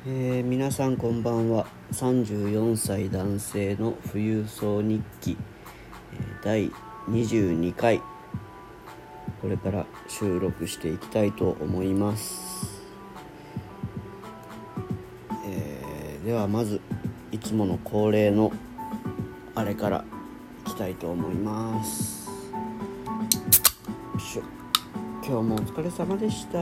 皆さんこんばんは。34歳男性の富裕層日記、第22回これから収録していきたいと思います。ではまずいつもの恒例のあれからいきたいと思います。よいしょ。今日もお疲れ様でした。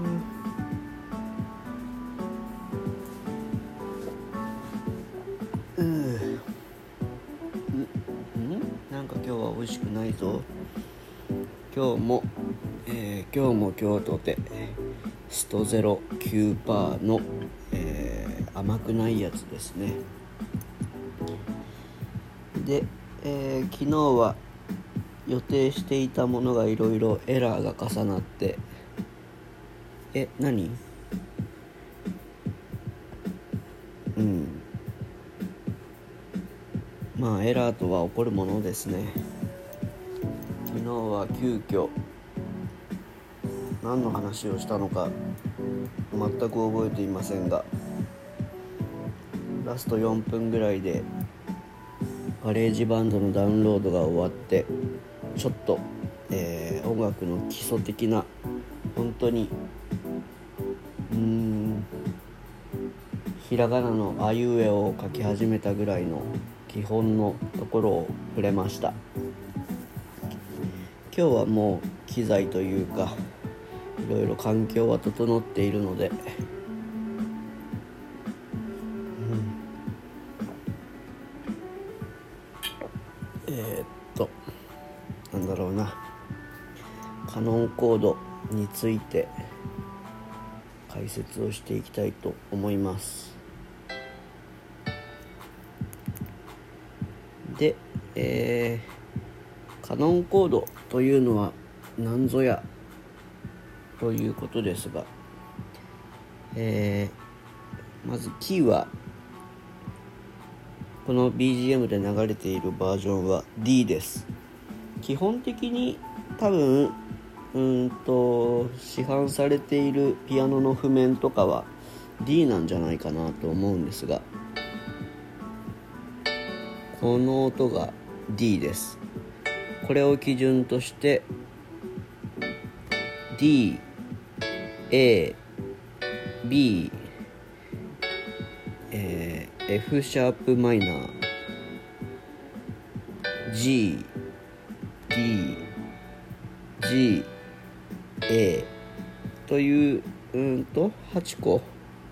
なんか今日は美味しくないぞ。今日も京都でストゼロ 9% の、甘くないやつですね。で、昨日は予定していたものがいろいろエラーが重なって何まあエラーとは起こるものですね。昨日は急遽何の話をしたのか全く覚えていませんが、ラスト4分ぐらいでガレージバンドのダウンロードが終わって、ちょっと、音楽の基礎的な本当にひらがなのあいうえを書き始めたぐらいの基本のところを触れました。今日はもう機材というかいろいろ環境は整っているので、なんだろうな、カノンコードについて解説をしていきたいと思います。で、カノンコードというのは何ぞやということですが、まずキーはこの BGM で流れているバージョンは D です。基本的に多分市販されているピアノの譜面とかは D なんじゃないかなと思うんですが、この音が D です。これを基準としてD、A、B、F シャープマイナー、G、D、G、A という8個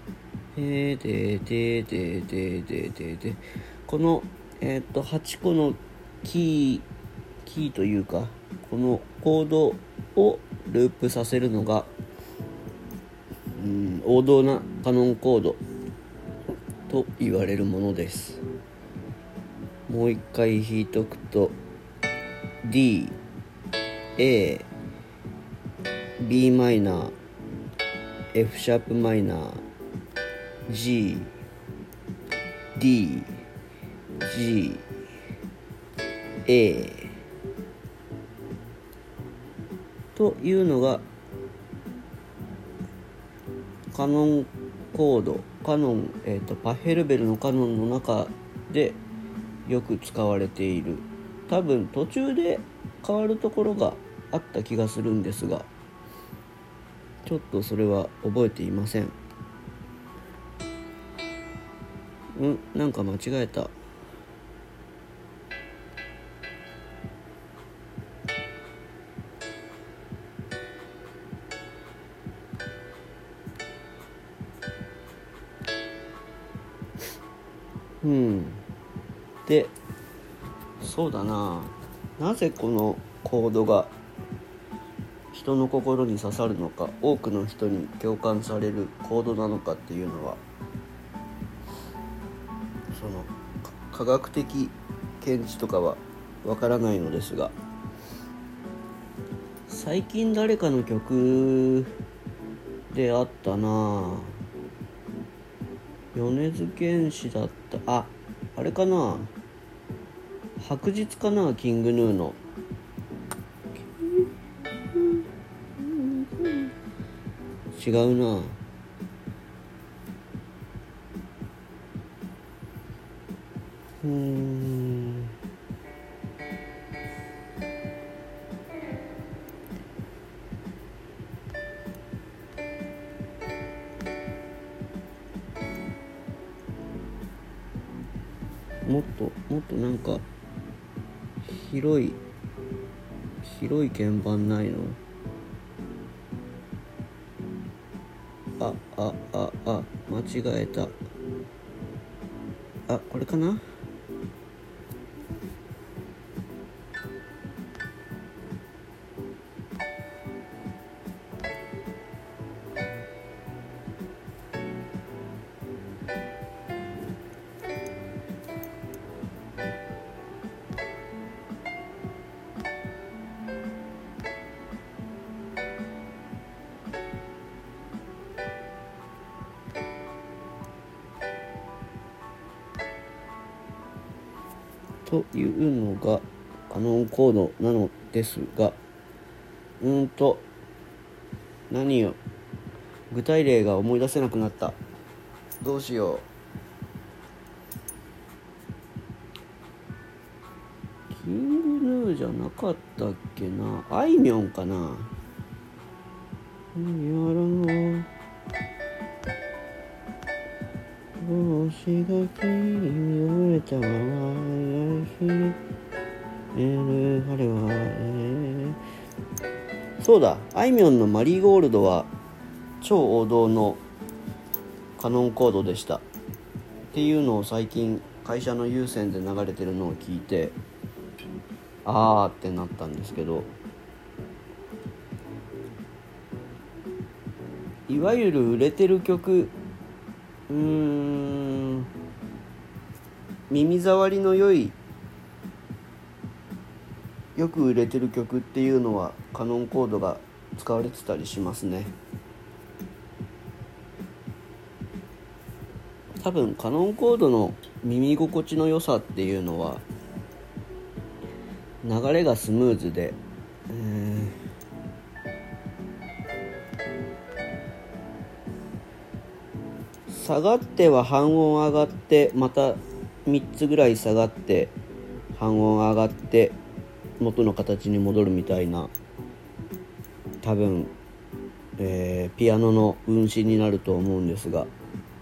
この8個のキーというかこのコードをループさせるのが王道なカノンコードと言われるものです。もう一回弾いとくと D、A、B マイナー、F シャープマイナー、G、D、G、A というのがカノンコード、パッヘルベルのカノンの中でよく使われている。多分途中で変わるところがあった気がするんですが、ちょっとそれは覚えていません。なんか間違えた。で、そうだな、なぜこのコードが人の心に刺さるのか、多くの人に共感されるコードなのかっていうのは、その科学的見地とかはわからないのですが、最近誰かの曲であったな、米津玄師だった。あれかな、白日かな、キングヌーの。違うな。 もっとなんか広い鍵盤ないの？間違えた。これかな？というのがカノンコードなのですが、何よ、具体例が思い出せなくなった。どうしよう。キングヌーじゃなかったっけな。あいみょんかな。やらの星が君を触れたまま彼はそうだ、あいみょんのマリーゴールドは超王道のカノンコードでしたっていうのを最近会社の有線で流れてるのを聞いてってなったんですけど、いわゆる売れてる曲、耳障りの良いよく売れてる曲っていうのはカノンコードが使われてたりしますね。多分カノンコードの耳心地の良さっていうのは流れがスムーズで、下がっては半音上がってまた3つぐらい下がって半音上がって元の形に戻るみたいな、多分、ピアノの運指になると思うんですが、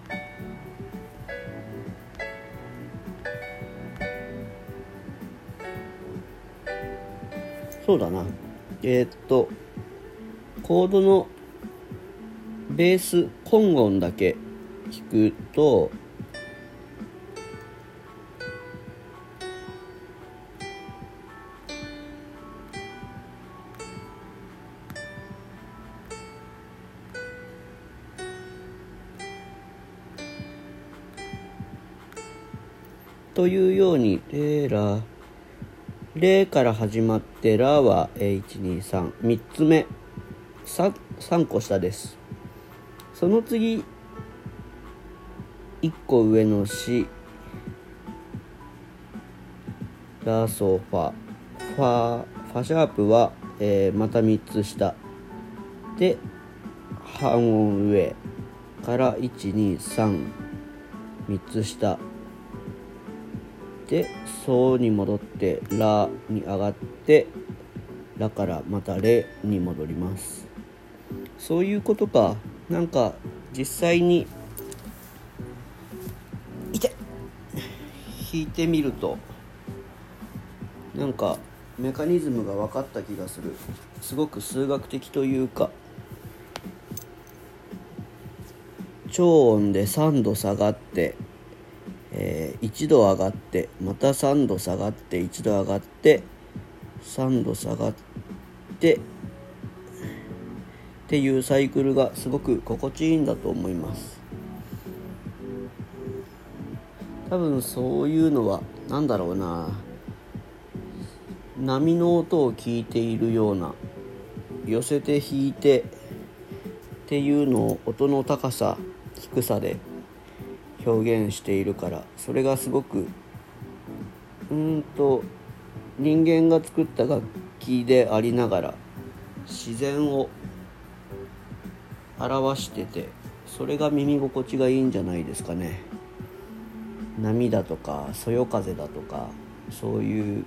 そうだな、コードのベース根音だけ弾くとというようにレから始まってラは123、3つ目 3個下です。その次1個上のシ、ラソファファシャープは、また3つ下で半音上から123、3つ下でソに戻ってラに上がってラからまたレに戻ります。そういうことか。なんか実際に弾いてみるとなんかメカニズムが分かった気がする。すごく数学的というか、超音で3度下がって1度上がってまた3度下がって1度上がって3度下がってっていうサイクルがすごく心地いいんだと思います。多分そういうのはなんだろうな、波の音を聞いているような、寄せて弾いてっていうのを音の高さ低さで表現しているから、それがすごく人間が作った楽器でありながら自然を表してて、それが耳心地がいいんじゃないですかね。 波だとかそよ風だとか、そういう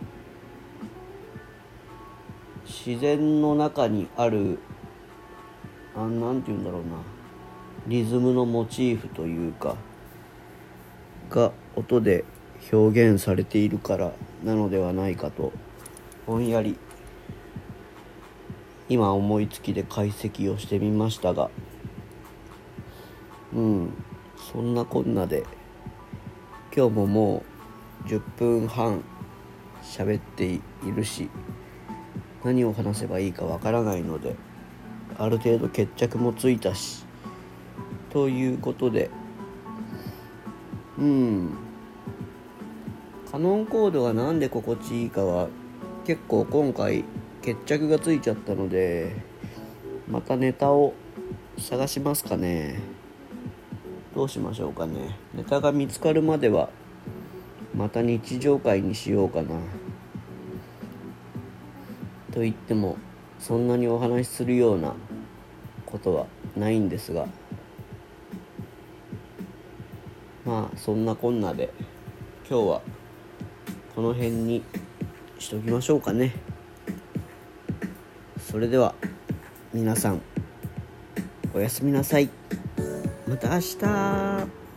自然の中にあるなんていうんだろうな、リズムのモチーフというかが音で表現されているからなのではないかと、ぼんやり今思いつきで解析をしてみましたが、そんなこんなで今日ももう10分半喋っているし、何を話せばいいかわからないので、ある程度決着もついたし、ということでカノンコードがなんで心地いいかは結構今回決着がついちゃったので、またネタを探しますかね。どうしましょうかね。ネタが見つかるまではまた日常会にしようかな。と言ってもそんなにお話しするようなことはないんですが、まあそんなこんなで今日はこの辺にしときましょうかね。それでは皆さんおやすみなさい。また明日。